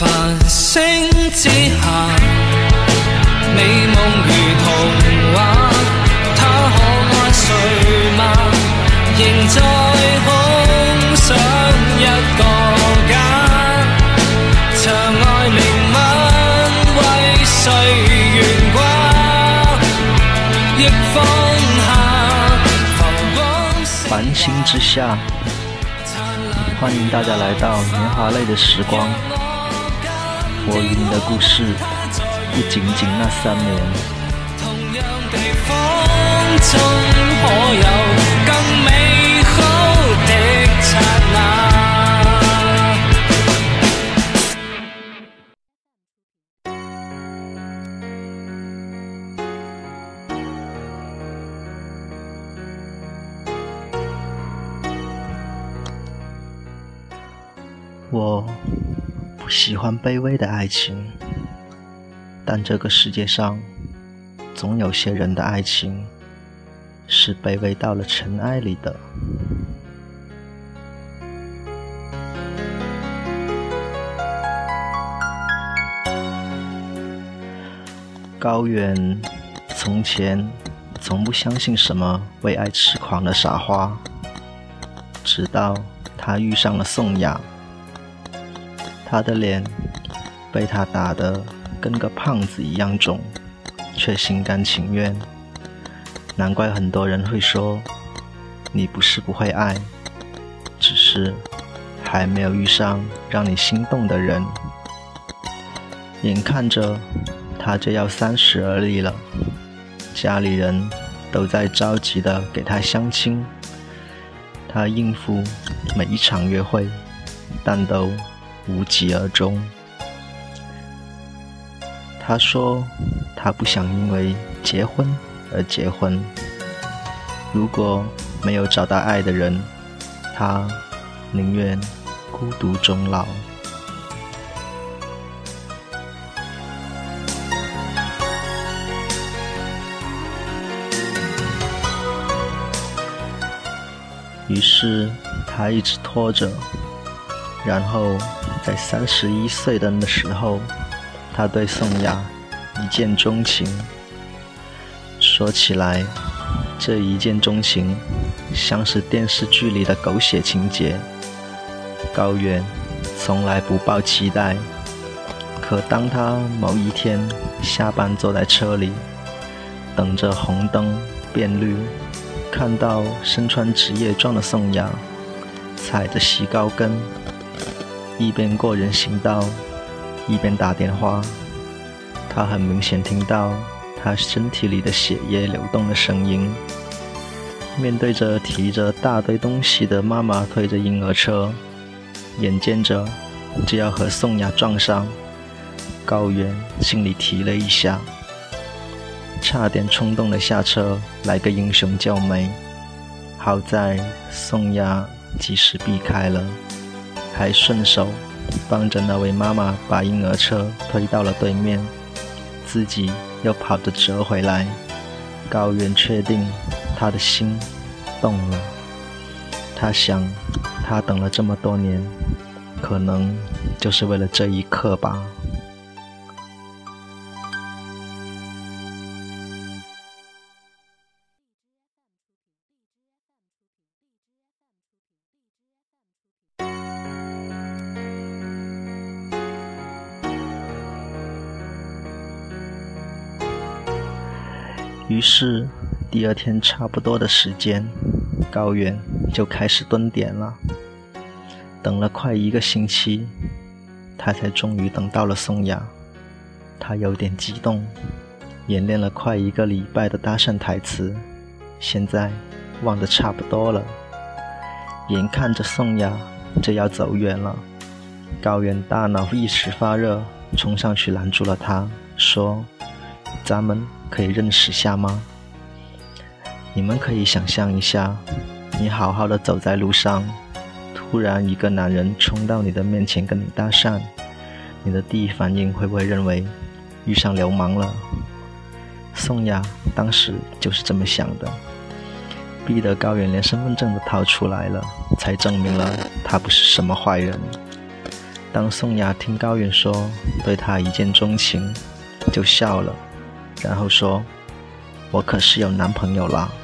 繁星之下，美梦如童话，他可爱睡吗？仍在空想一个家，长爱灵吻为谁悬挂，亦放下浮光。 繁星之下，欢迎大家来到年华类的时光。我与你的故事不仅仅那3年。 同样地方中可有更美好的刹那。 我不喜欢卑微的爱情，但这个世界上总有些人的爱情是卑微到了尘埃里的。高远从前从不相信什么为爱痴狂的傻花，直到他遇上了宋雅。他的脸被他打得跟个胖子一样肿，却心甘情愿。难怪很多人会说，你不是不会爱，只是还没有遇上让你心动的人。眼看着他就要30而立了，家里人都在着急地给他相亲，他应付每一场约会，但都无疾而终。他说他不想因为结婚而结婚，如果没有找到爱的人，他宁愿孤独终老。于是他一直拖着，然后在31岁的那时候，他对宋雅一见钟情。说起来，这一见钟情像是电视剧里的狗血情节。高远从来不抱期待，可当他某一天下班坐在车里，等着红灯变绿，看到身穿职业装的宋雅踩着细高跟，一边过人行道一边打电话，他很明显听到他身体里的血液流动的声音。面对着提着大堆东西的妈妈推着婴儿车，眼见着就要和宋雅撞上，高远心里提了一下，差点冲动的下车来个英雄救美。好在宋雅及时避开了，还顺手帮着那位妈妈把婴儿车推到了对面，自己又跑着折回来。高远确定他的心动了，他想他等了这么多年，可能就是为了这一刻吧。于是第二天差不多的时间，高远就开始蹲点了。等了快1个星期，他才终于等到了宋雅。他有点激动，演练了快1个礼拜的搭讪台词，现在忘得差不多了。眼看着宋雅就要走远了，高远大脑一时发热，冲上去拦住了他，说：咱们可以认识下吗？你们可以想象一下，你好好的走在路上，突然一个男人冲到你的面前跟你搭讪，你的第一反应会不会认为遇上流氓了？宋雅当时就是这么想的，逼得高远连身份证都掏出来了，才证明了他不是什么坏人。 当宋雅听高原说对他一见钟情，就笑了，然后说：“我可是有男朋友啦。”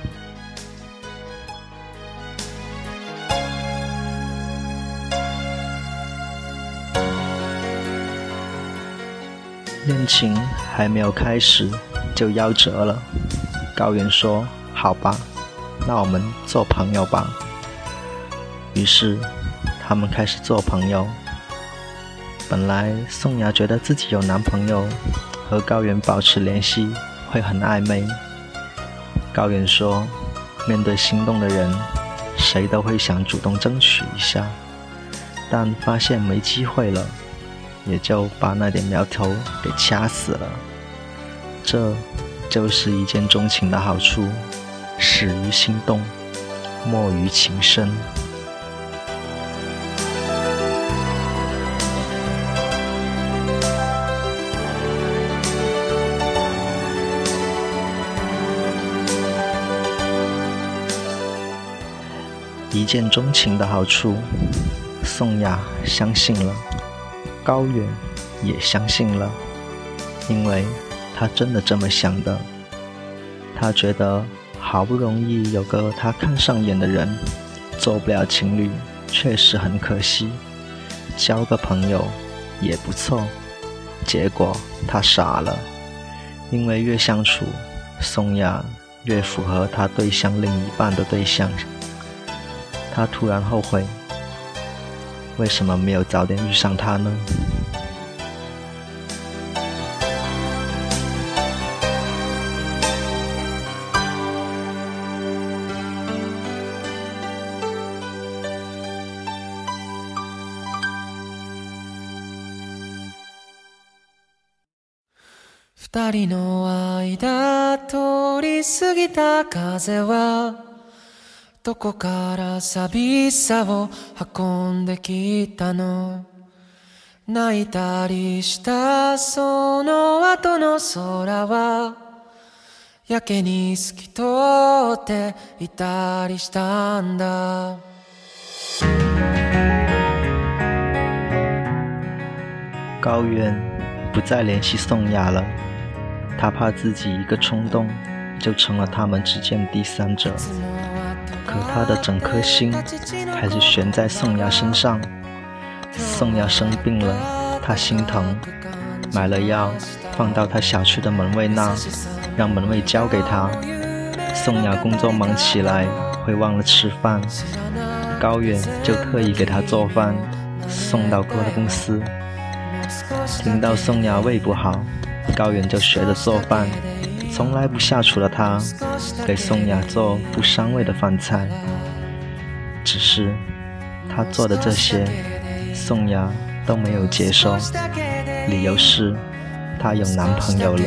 恋情还没有开始就夭折了。高原说：“好吧，那我们做朋友吧。”于是他们开始做朋友。本来宋雅觉得自己有男朋友，和高原保持联系会很暧昧。高原说，面对心动的人，谁都会想主动争取一下，但发现没机会了，也就把那点苗头给掐死了。这就是一见钟情的好处，始于心动，莫于情深。一见钟情的好处，宋雅相信了，高远也相信了，因为他真的这么想的。他觉得好不容易有个他看上眼的人，做不了情侣确实很可惜，交个朋友也不错。结果他傻了，因为越相处，宋雅越符合他对象另一半的对象。他突然后悔，为什么没有早点遇上他呢？ 二人の間通り過ぎた風はどこから寂しさを運んできたの。泣いたりしたその後の空はやけに透き通っていたりしたんだ。 高原不再联系宋雅了，他怕自己一个冲动就成了他们之间的第三者。可他的整颗心还是悬在宋雅身上。宋雅生病了，他心疼，买了药放到他小区的门卫那，让门卫交给他。宋雅工作忙起来会忘了吃饭，高远就特意给他做饭送到公司。听到宋雅胃不好，高远就学着做饭，从来不下厨的他给宋雅做不伤胃的饭菜。只是他做的这些，宋雅都没有接受，理由是她有男朋友了。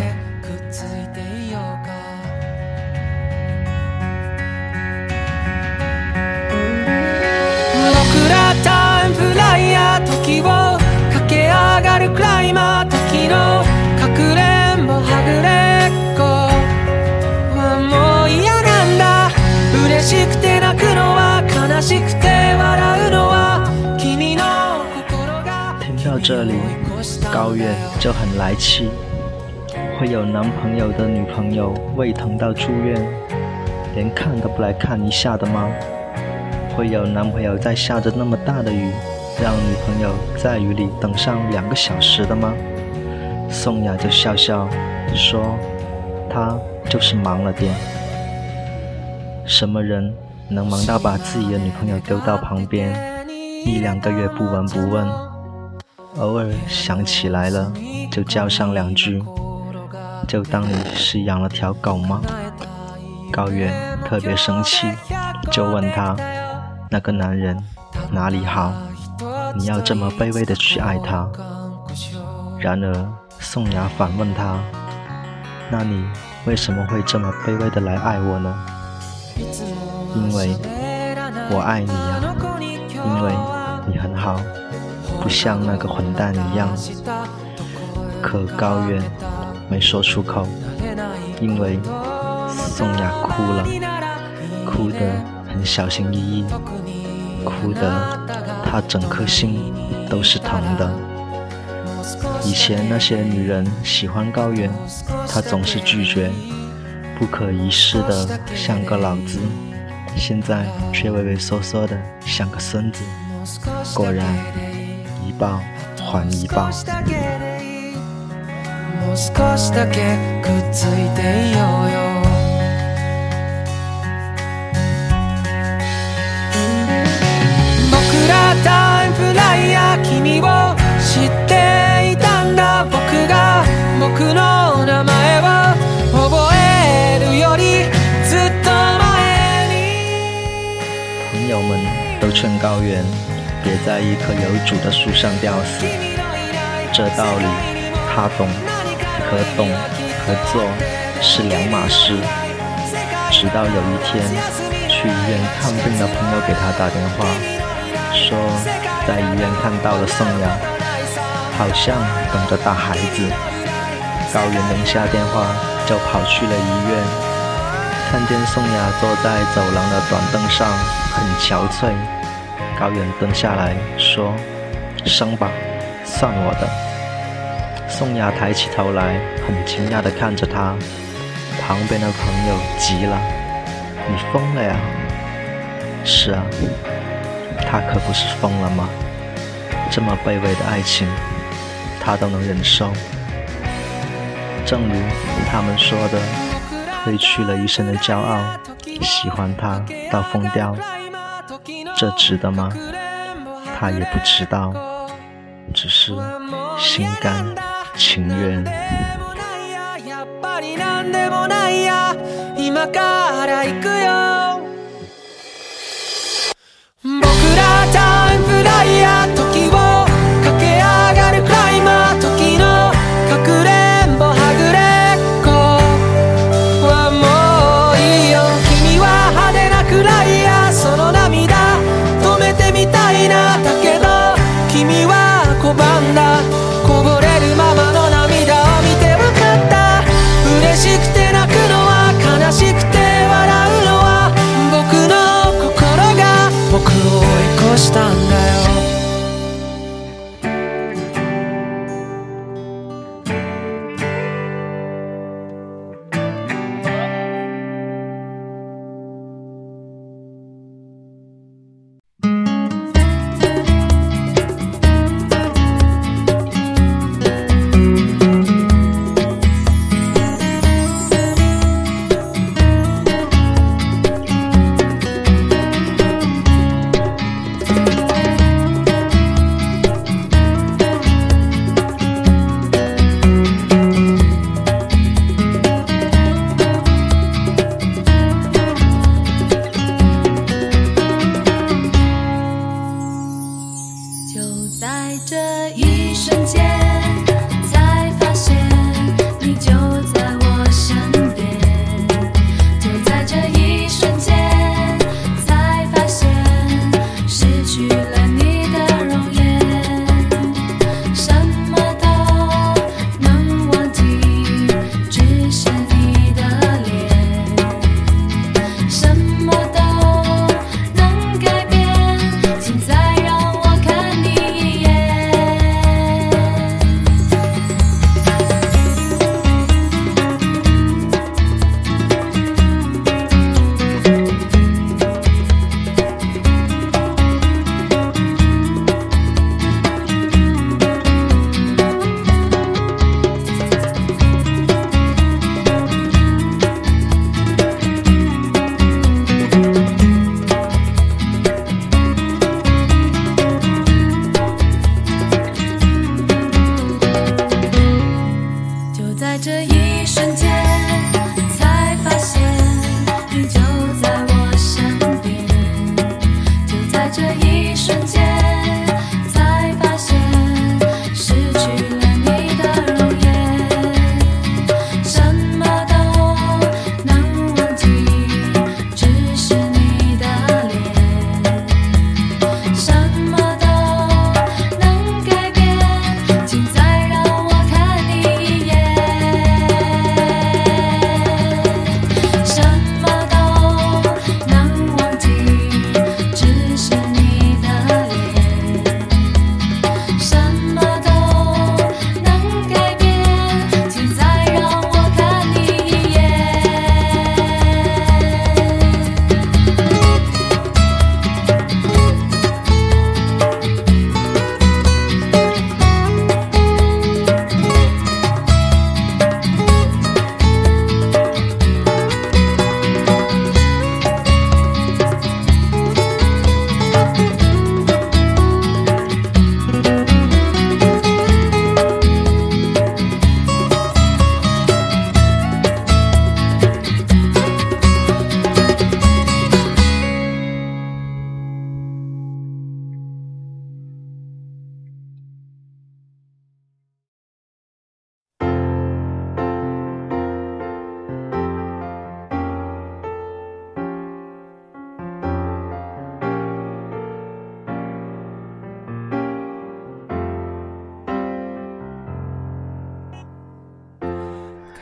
僕らタイムフライヤー時を駆け上がるクライマー時のかくれんぼはぐれっこはもう嫌なんだ。嬉しくて泣くのは悲しくて笑うのは君の心が。 听到这里，高远就很来气。会有男朋友的女朋友胃疼到住院，连看都不来看一下的吗？会有男朋友在下着那么大的雨，让女朋友在雨里等上2个小时的吗？宋雅就笑笑说，他就是忙了点。什么人能忙到把自己的女朋友丢到旁边，1、2个月不闻不问，偶尔想起来了就叫上2句，就当你是养了条狗吗？高远特别生气，就问他，那个男人哪里好，你要这么卑微的去爱他？然而宋雅反问他，那你为什么会这么卑微的来爱我呢？因为我爱你呀，因为你很好，不像那个混蛋一样。可高远没说出口，因为宋雅哭了，哭得很小心翼翼，哭得他整颗心都是疼的。以前那些女人喜欢高原，他总是拒绝，不可一世的像个老子，现在却畏畏缩缩的像个孙子。果然，一报还一报。 もう少しだけくっついていようよ。僕らタイムフライヤー、君を知っていたんだ。僕が僕の名前を覚えるよりずっと前に。 朋友们都劝高原别在一棵有主的树上吊死，这道理他懂，可懂和做是两码事。直到有一天，去医院看病的朋友给他打电话，说在医院看到了宋雅，好像等着打孩子。高原扔下电话就跑去了医院，看见宋雅坐在走廊的短凳上，很憔悴。高原蹲下来说：“生吧，算我的。”宋雅抬起头来，很惊讶地看着他。旁边的朋友急了：“你疯了呀？”“是啊，他可不是疯了吗？这么卑微的爱情，他都能忍受。正如他们说的，褪去了一身的骄傲，喜欢他到疯掉，这值得吗？他也不知道，只是心甘情愿。今から行くよ。僕らタイムフライヤー、時を駆け上がるクライマー、時のかくれんぼはぐれっこはもういいよ。君は派手なクライヤー、その涙止めてみたいな。だけど君は拒んだ。こぼれるままの涙を見て分かった。嬉しくて泣くのは悲しくて笑うのは、僕の心が僕を追い越したんだよ。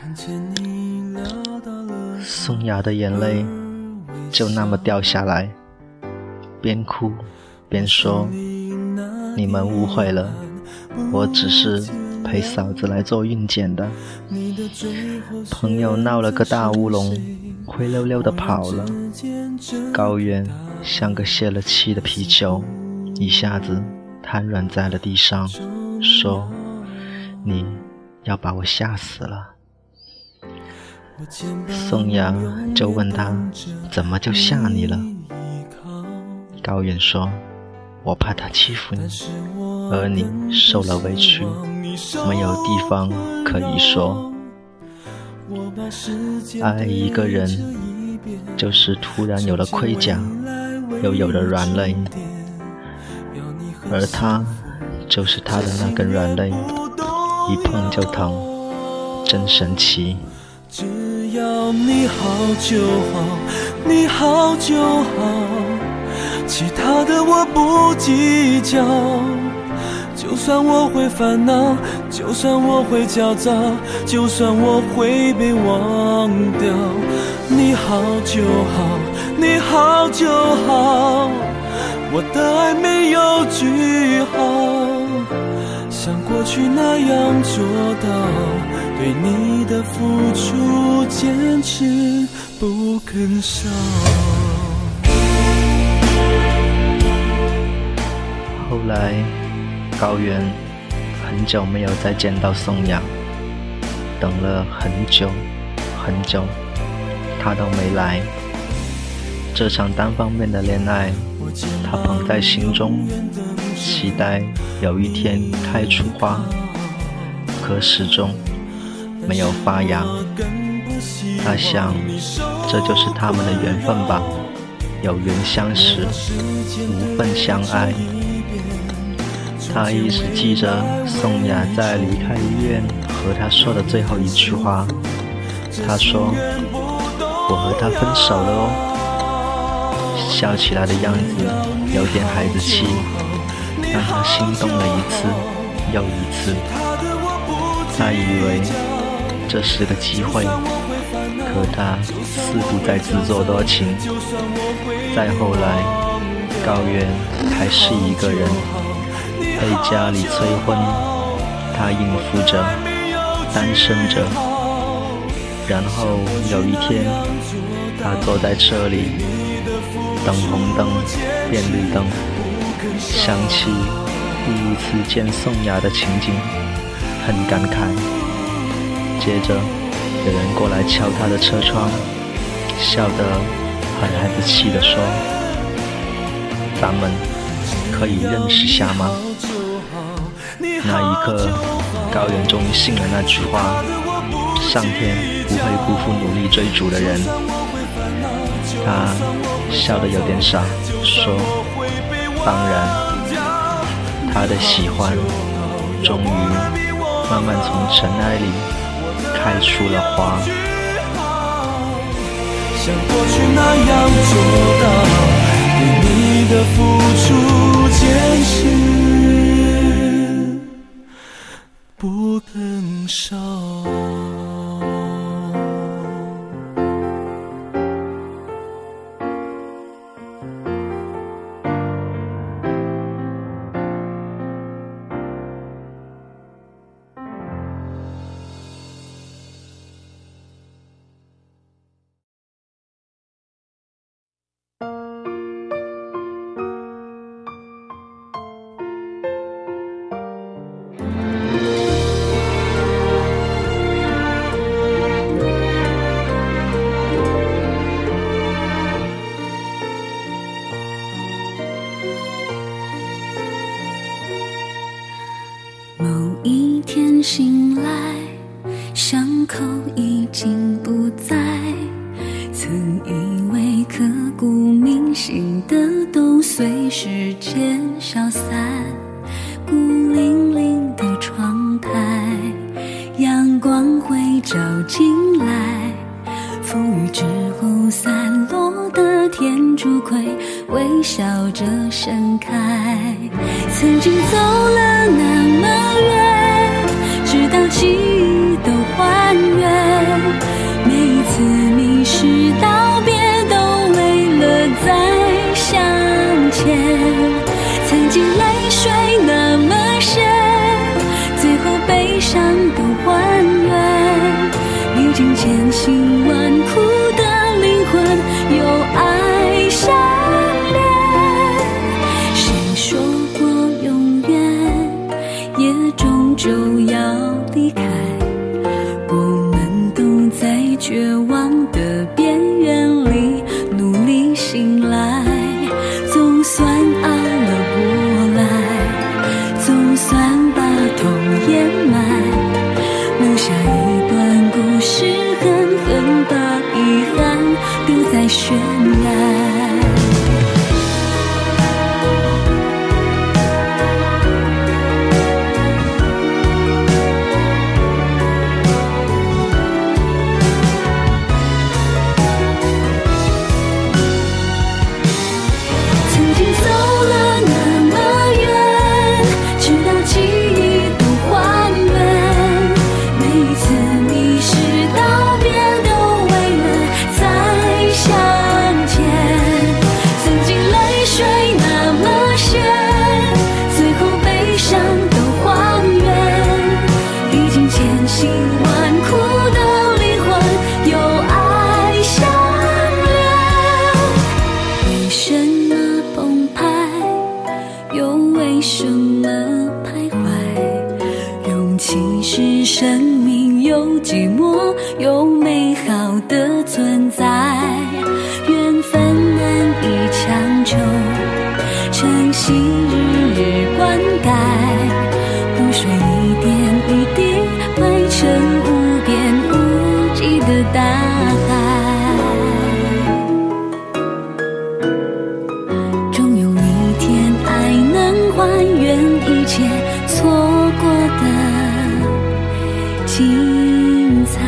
宋雅的眼泪就那么掉下来，边哭边说，你们误会了，我只是陪嫂子来做孕检的，朋友闹了个大乌龙，灰溜溜的跑了。高原像个泄了气的皮球，一下子瘫软在了地上，说，你要把我吓死了。宋雅就问他，怎么就吓你了？高原说，我怕他欺负你，而你受了委屈，没有地方可以说。爱一个人，就是突然有了盔甲，又有了软肋，而他就是他的那根软肋，一碰就疼，真神奇。 只要你好就好，你好就好，其他的我不计较。就算我会烦恼，就算我会焦躁，就算我会被忘掉，你好就好，你好就好，我的爱没有句号，像过去那样做到，对你的付出坚持不肯少。 后来高原很久没有再见到宋雅，等了很久很久，他都没来。这场单方面的恋爱，他捧在心中，期待有一天开出花，可始终没有发芽。他想，这就是他们的缘分吧，有缘相识，无分相爱。他一直记着宋雅在离开医院和他说的最后一句话，他说，我和他分手了哦。笑起来的样子有点孩子气，让他心动了一次又一次。他以为这是个机会，可他似乎在自作多情。再后来，高原还是一个人，被家里催婚，他应付着，单身着。然后有一天，他坐在车里，等红灯变绿灯，想起第一次见宋雅的情景，很感慨。接着有人过来敲他的车窗，笑得很孩子气地说，咱们可以认识下吗？那一刻，高原终于信了那句话，上天不会辜负努力追逐的人。他笑得有点傻，说，当然。他的喜欢终于慢慢从尘埃里开出了花。 像过去那样做到，对你的付出坚持不肯少。 醒来，伤口已经不在，曾以为刻骨铭心的都随时间消散，孤零零的窗台，阳光会照进来，风雨之后散落的天竺葵微笑着盛开，曾经走了那么远，直到记忆都还原， 经泪水那么深，最后悲伤都还原，历经千辛万苦的灵魂有爱相连。谁说过永远，也终究要离开，我们都在绝望的边缘里努力醒来，总算熬了过来，总算把痛掩埋，留下一段故事，狠狠把遗憾丢在悬崖。生命有寂寞，有美好的存在，缘分难以强求，珍惜日日灌溉，露水一点一滴汇成无边无际的大海。终有一天，爱能还原一切错过的精彩。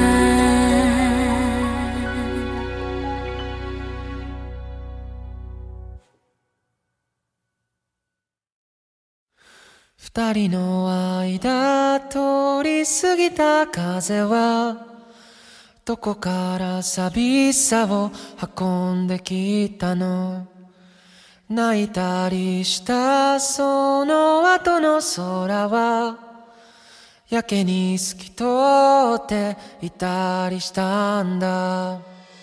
二人の間通り過ぎた風はどこから寂しさを運んできたの。泣いたりしたその後の空はやけに透き通っていたりしたんだ。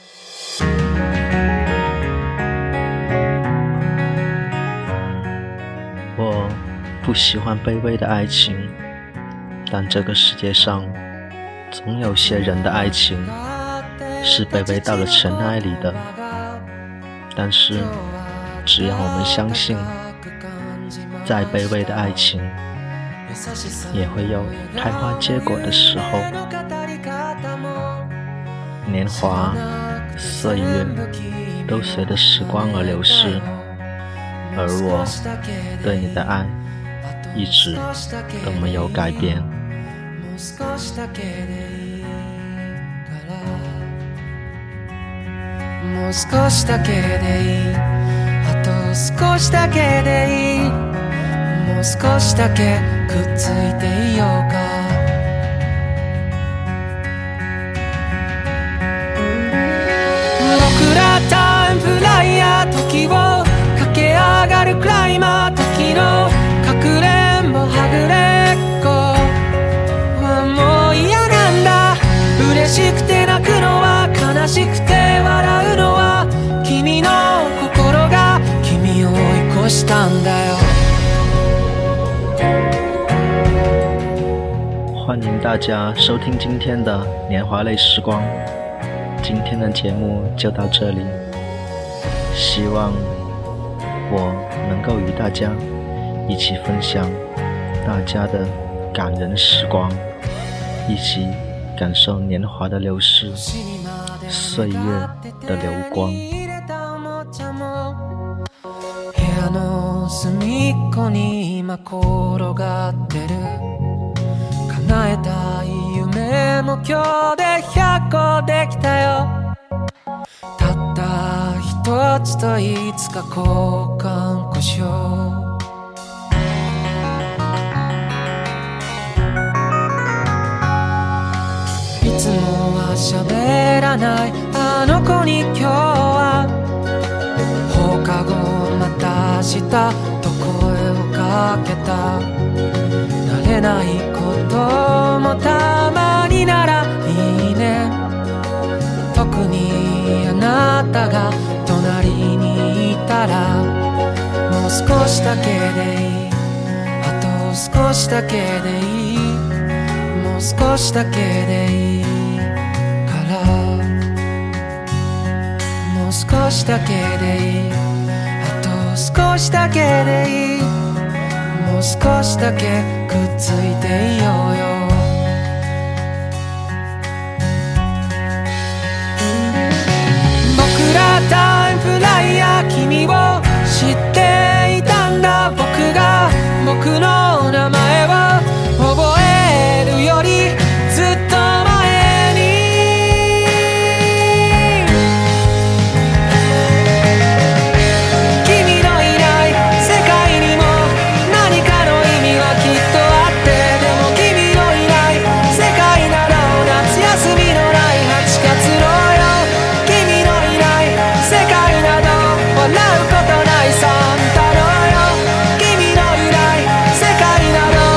我不喜欢卑微的爱情，但这个世界上总有些人的爱情是卑微到了尘埃里的。但是只要我们相信，再卑微的爱情也会有开花结果的时候。年华岁月都随着时光而流逝，而我对你的爱一直都没有改变。 もう少しだけでいい、あと少しだけでいい、もう少しだけくっついていようか。僕らタイムフライヤー、時を駆け上がるクライマー、時のかくれんぼはぐれっこはもう嫌なんだ。嬉しくて泣くのは悲しくて笑うのは君の心が君を追い越したんだよ。 欢迎大家收听今天的年华类时光，今天的节目就到这里，希望我能够与大家一起分享大家的感人时光，一起感受年华的流逝，岁月的流光。 部屋の隅っこに今転がってる、叶えたい夢も今日で100個できたよ。たった一つといつか交換故障。いつもは喋らないあの子に今日は放課後また明日と声かけた慣れないこともたまにならいいね特にあなたが隣にいたらもう少しだけでいいあと少しだけでいいもう少しだけでいいからもう少しだけでいいあと少しだけでいいもう少しだけくっついていようよ僕らタイムフライヤー君を知っていたんだ僕が僕の名前を覚えるよりずっと前に君のいない世界にも何かの意味はきっとあってでも君のいない世界なら夏休みのない8月のよ君のいない世界など笑うことないサンタのよ君のいない世界など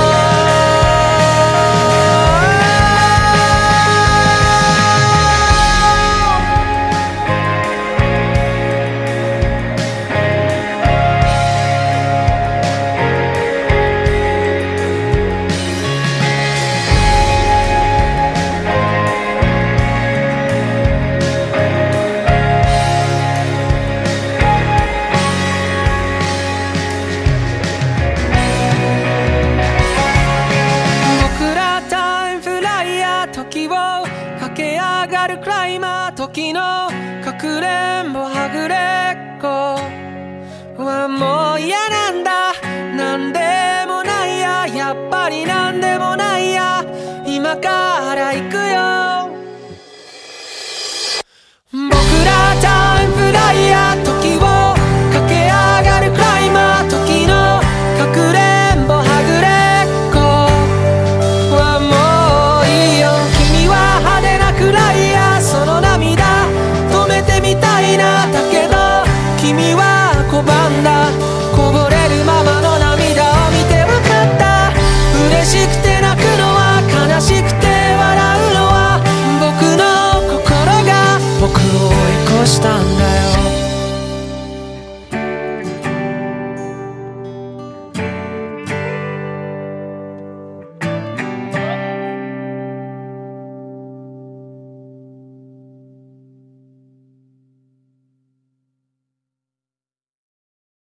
僕らタイムフライヤー時を駆け上がるクライマー時のかくれんぼはぐれっこはもう嫌なんだなんでもないややっぱりなんでもないや今から行く